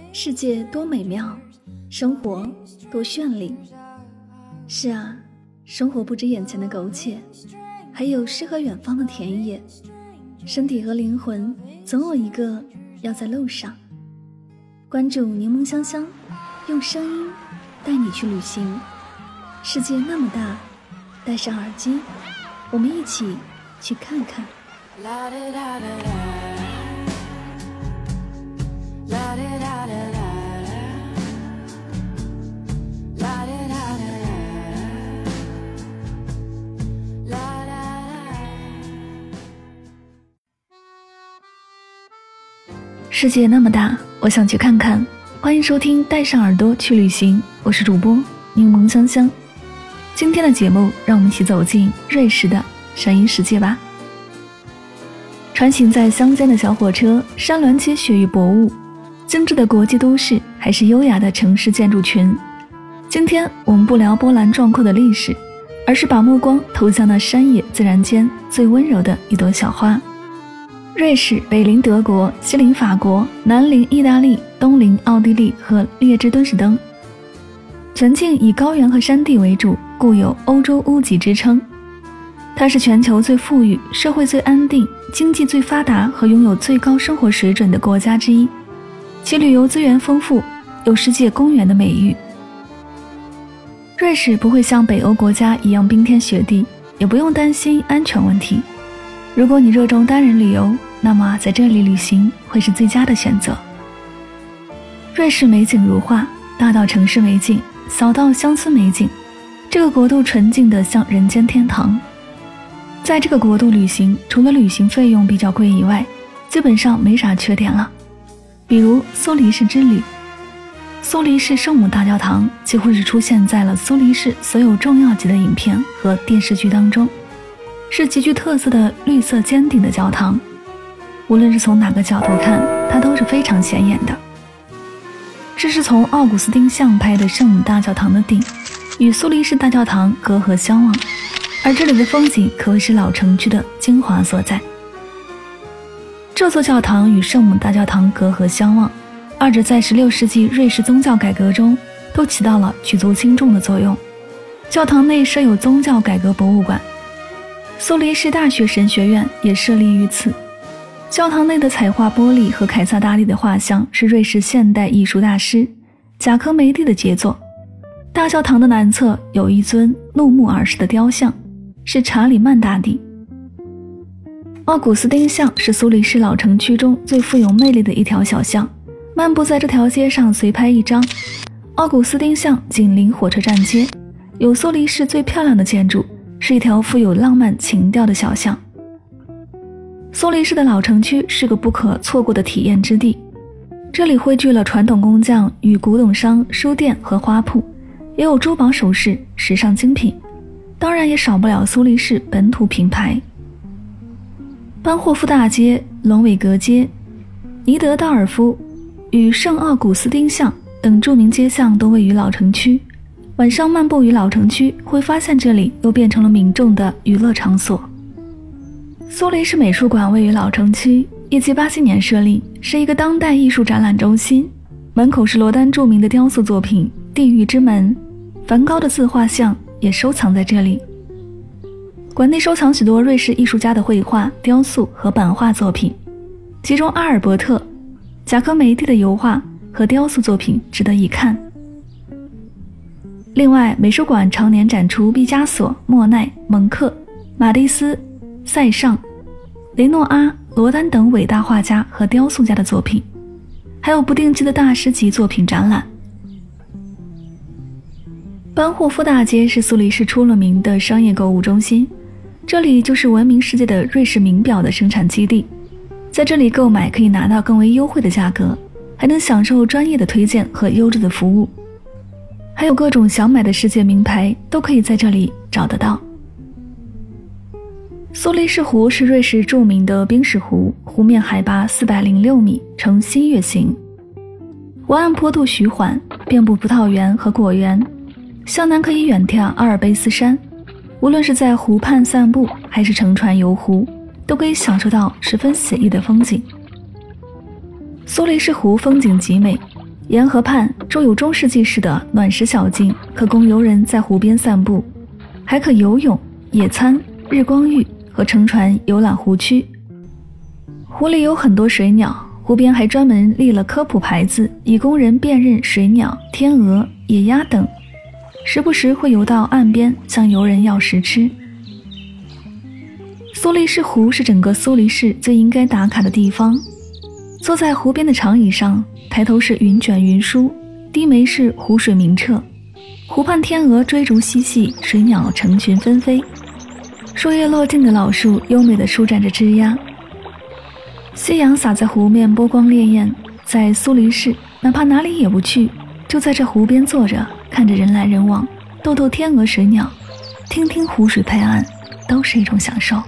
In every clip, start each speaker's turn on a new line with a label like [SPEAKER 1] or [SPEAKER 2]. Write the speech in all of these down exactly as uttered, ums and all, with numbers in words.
[SPEAKER 1] 世界多美妙，生活多绚丽。是啊，生活不止眼前的苟且，还有诗和远方的田野。身体和灵魂总有一个要在路上。关注柠檬香香，用声音带你去旅行。世界那么大，戴上耳机，我们一起去看看。啦啦啦啦啦啦啦啦啦啦啦啦。世界那么大，我想去看看。欢迎收听带上耳朵去旅行，我是主播柠檬香香。今天的节目，让我们一起走进瑞士的声音世界吧。穿行在乡间的小火车，山峦间雪域薄雾，精致的国际都市还是优雅的城市建筑群。今天我们不聊波澜壮阔的历史，而是把目光投向那山野自然间最温柔的一朵小花。瑞士北临德国，西临法国，南临意大利，东临奥地利和列支敦士登。全境以高原和山地为主，故有欧洲屋脊之称。它是全球最富裕、社会最安定、经济最发达和拥有最高生活水准的国家之一，其旅游资源丰富，有世界公园的美誉。瑞士不会像北欧国家一样冰天雪地，也不用担心安全问题。如果你热衷单人旅游，那么在这里旅行会是最佳的选择。瑞士美景如画，大到城市美景，小到乡村美景，这个国度纯净的像人间天堂。在这个国度旅行，除了旅行费用比较贵以外，基本上没啥缺点了。比如苏黎世之旅，苏黎世圣母大教堂几乎是出现在了苏黎世所有重要级的影片和电视剧当中，是极具特色的绿色尖顶的教堂，无论是从哪个角度看，它都是非常显眼的。这是从奥古斯丁像拍的圣母大教堂的顶，与苏黎世大教堂隔河相望，而这里的风景可谓是老城区的精华所在。这座教堂与圣母大教堂隔河相望，二者在十六世纪瑞士宗教改革中都起到了举足轻重的作用。教堂内设有宗教改革博物馆，苏黎世大学神学院也设立于此。教堂内的彩画玻璃和凯撒大帝的画像是瑞士现代艺术大师贾科梅蒂的杰作。大教堂的南侧有一尊怒目而视的雕像，是查理曼大帝。奥古斯丁巷是苏黎世老城区中最富有魅力的一条小巷，漫步在这条街上随拍一张。奥古斯丁巷紧邻火车站街，有苏黎世最漂亮的建筑，是一条富有浪漫情调的小巷。苏黎世的老城区是个不可错过的体验之地，这里汇聚了传统工匠与古董商、书店和花铺，也有珠宝首饰、时尚精品，当然也少不了苏黎世本土品牌。班霍夫大街、隆伟格街、尼德道尔夫与圣奥古斯丁巷等著名街巷都位于老城区。晚上漫步于老城区，会发现这里又变成了民众的娱乐场所。苏黎世美术馆位于老城区，一七八七年设立，是一个当代艺术展览中心。门口是罗丹著名的雕塑作品《地狱之门》，梵高的自画像也收藏在这里。馆内收藏许多瑞士艺术家的绘画、雕塑和版画作品，其中阿尔伯特、贾科梅蒂的油画和雕塑作品值得一看。另外，美术馆常年展出毕加索、莫奈、蒙克、马蒂斯、塞尚、雷诺阿、罗丹等伟大画家和雕塑家的作品，还有不定期的大师级作品展览。班霍夫大街是苏黎世出了名的商业购物中心，这里就是闻名世界的瑞士名表的生产基地。在这里购买可以拿到更为优惠的价格，还能享受专业的推荐和优质的服务，还有各种想买的世界名牌都可以在这里找得到。苏黎世湖是瑞士著名的冰石湖，湖面海拔四百零六米，呈新月形，湖岸坡度徐缓，遍布葡萄园和果园，向南可以远眺阿尔卑斯山。无论是在湖畔散步还是乘船游湖，都可以享受到十分写意的风景。苏黎世湖风景极美， 沿河畔周有中世纪式的暖石小径，可供游人在湖边散步，还可游泳、野餐、日光浴和乘船游览湖区。湖里有很多水鸟，湖边还专门立了科普牌子，以供人辨认水鸟、天鹅、野鸭等，时不时会游到岸边向游人要食吃。苏黎世湖是整个苏黎世最应该打卡的地方。坐在湖边的长椅上，抬头是云卷云舒，低眉是湖水明澈，湖畔天鹅追逐嬉戏，水鸟成群纷飞，树叶落尽的老树优美地舒展着枝桠。夕阳洒在湖面，波光潋滟。在苏黎世，哪怕哪里也不去，就在这湖边坐着，看着人来人往，逗逗天鹅水鸟，听听湖水拍岸，都是一种享受。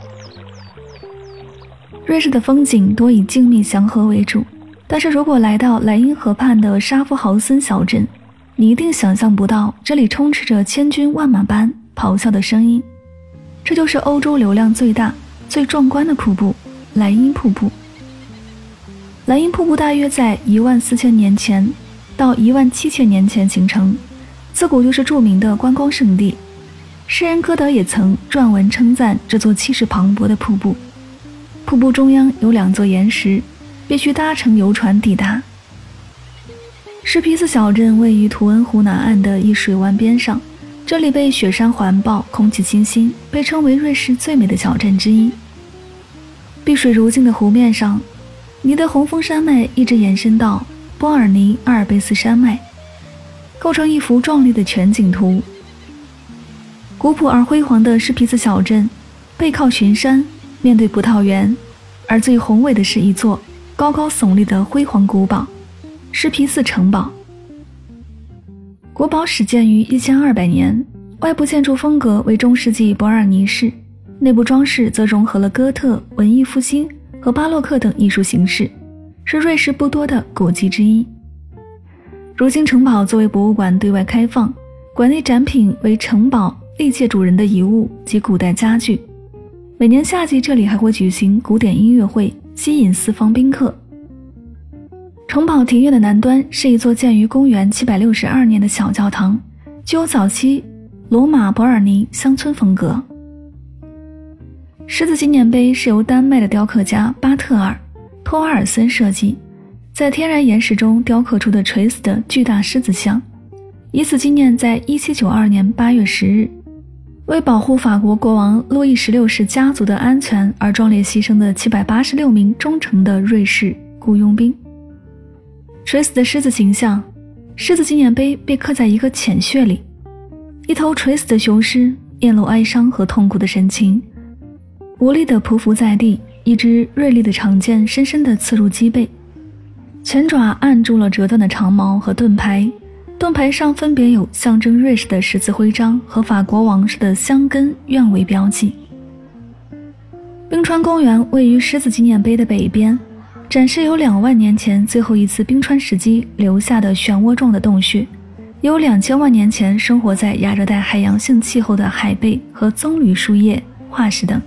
[SPEAKER 1] 瑞士的风景多以静谧祥和为主，但是如果来到莱茵河畔的沙夫豪森小镇，你一定想象不到这里充斥着千军万马般咆哮的声音。这就是欧洲流量最大最壮观的瀑布——莱茵瀑布。莱茵瀑布大约在一万四千年前到一万七千年前形成，自古就是著名的观光胜地。诗人歌德也曾撰文称赞这座气势磅礴的瀑布。瀑布中央有两座岩石，必须搭乘游船抵达。施皮斯小镇位于图恩湖南岸的一水湾边上，这里被雪山环抱，空气清新，被称为瑞士最美的小镇之一。碧水如镜的湖面上，尼德洪峰山脉一直延伸到波尔尼阿尔卑斯山脉，构成一幅壮丽的全景图。古朴而辉煌的施皮斯小镇背靠群山，面对葡萄园，而最宏伟的是一座高高耸立的辉煌古堡——施皮斯城堡。古堡始建于一千二百年，外部建筑风格为中世纪伯尔尼式，内部装饰则融合了哥特、文艺复兴和巴洛克等艺术形式，是瑞士不多的古迹之一。如今城堡作为博物馆对外开放，馆内展品为城堡历届主人的遗物及古代家具。每年夏季这里还会举行古典音乐会，吸引四方宾客。城堡庭院的南端是一座建于公元七百六十二年的小教堂，具有早期罗马伯尔尼乡村风格。狮子纪念碑是由丹麦的雕刻家巴特尔·托瓦尔森设计，在天然岩石中雕刻出的垂死的巨大狮子像，以此纪念在一七九二年八月十日为保护法国国王路易十六世家族的安全而壮烈牺牲的七百八十六名忠诚的瑞士雇佣兵。垂死的狮子形象，狮子纪念碑被刻在一个浅穴里，一头垂死的雄狮面露哀伤和痛苦的神情，无力地匍匐在地，一支锐利的长剑深深地刺入脊背，前爪按住了折断的长矛和盾牌，盾牌上分别有象征瑞士的十字徽章和法国王室的香根鸢尾标记。冰川公园位于狮子纪念碑的北边，展示有两万年前最后一次冰川时期留下的漩涡状的洞穴，有两千万年前生活在亚热带海洋性气候的海贝和棕榈树叶化石等。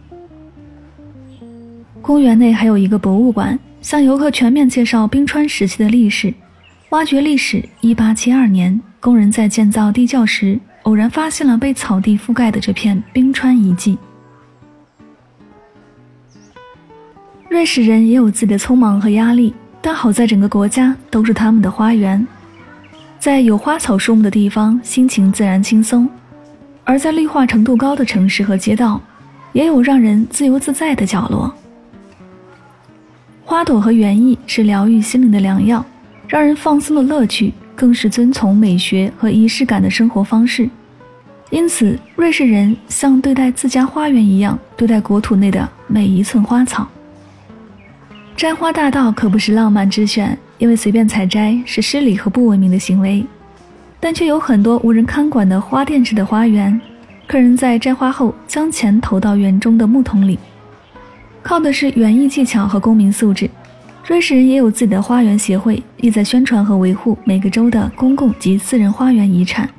[SPEAKER 1] 公园内还有一个博物馆，向游客全面介绍冰川时期的历史。挖掘历史一八七二年，工人在建造地窖时偶然发现了被草地覆盖的这片冰川遗迹。瑞士人也有自己的匆忙和压力，但好在整个国家都是他们的花园。在有花草树木的地方，心情自然轻松；而在绿化程度高的城市和街道，也有让人自由自在的角落。花朵和园艺是疗愈心灵的良药，让人放松的乐趣，更是遵从美学和仪式感的生活方式。因此，瑞士人像对待自家花园一样对待国土内的每一寸花草。摘花大道可不是浪漫之选，因为随便采摘是失礼和不文明的行为，但却有很多无人看管的花店式的花园，客人在摘花后将钱投到园中的木桶里，靠的是园艺技巧和公民素质。瑞士人也有自己的花园协会，意在宣传和维护每个州的公共及私人花园遗产。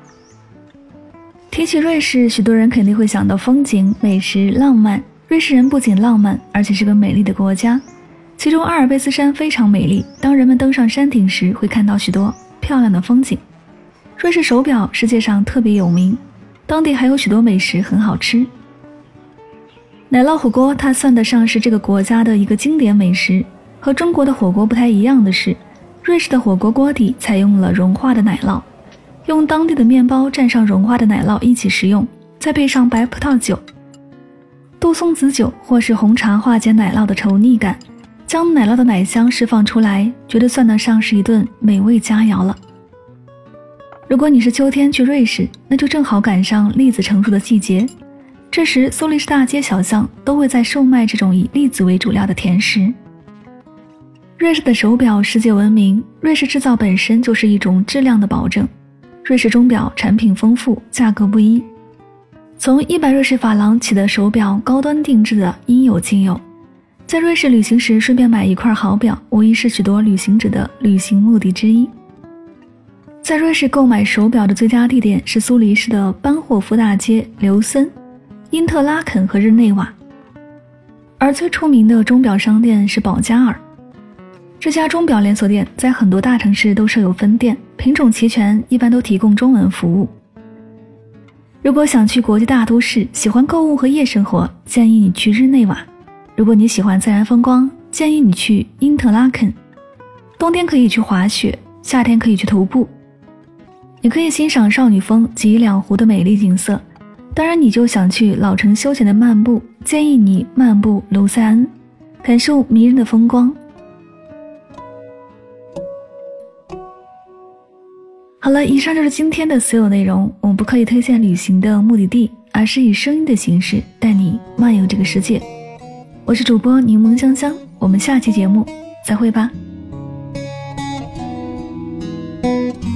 [SPEAKER 1] 提起瑞士，许多人肯定会想到风景、美食、浪漫。瑞士人不仅浪漫，而且是个美丽的国家。 其中阿尔卑斯山非常美丽，当人们登上山顶时会看到许多漂亮的风景。瑞士手表世界上特别有名，当地还有许多美食很好吃。奶酪火锅它算得上是这个国家的一个经典美食，和中国的火锅不太一样的是，瑞士的火锅锅底采用了融化的奶酪，用当地的面包蘸上融化的奶酪一起食用，再配上白葡萄酒、杜松子酒或是红茶化解奶酪的稠腻感，将奶酪的奶香释放出来，绝对算得上是一顿美味佳肴了。如果你是秋天去瑞士，那就正好赶上栗子成熟的季节，这时苏黎世大街小巷都会在售卖这种以栗子为主料的甜食。瑞士的手表世界闻名，瑞士制造本身就是一种质量的保证。瑞士钟表产品丰富，价格不一，从一百瑞士法郎起的手表高端定制的应有尽有。在瑞士旅行时顺便买一块好表，无疑是许多旅行者的旅行目的之一。在瑞士购买手表的最佳地点是苏黎世的班霍夫大街、刘森、因特拉肯和日内瓦，而最出名的钟表商店是宝加尔。这家钟表连锁店在很多大城市都设有分店，品种齐全，一般都提供中文服务。如果想去国际大都市，喜欢购物和夜生活，建议你去日内瓦。如果你喜欢自然风光，建议你去因特拉肯。冬天可以去滑雪，夏天可以去徒步，你可以欣赏少女峰及两湖的美丽景色。当然你就想去老城休闲的漫步，建议你漫步卢塞恩，感受迷人的风光。好了，以上就是今天的所有内容。我们不刻意推荐旅行的目的地，而是以声音的形式带你漫游这个世界。我是主播柠檬香香，我们下期节目再会吧。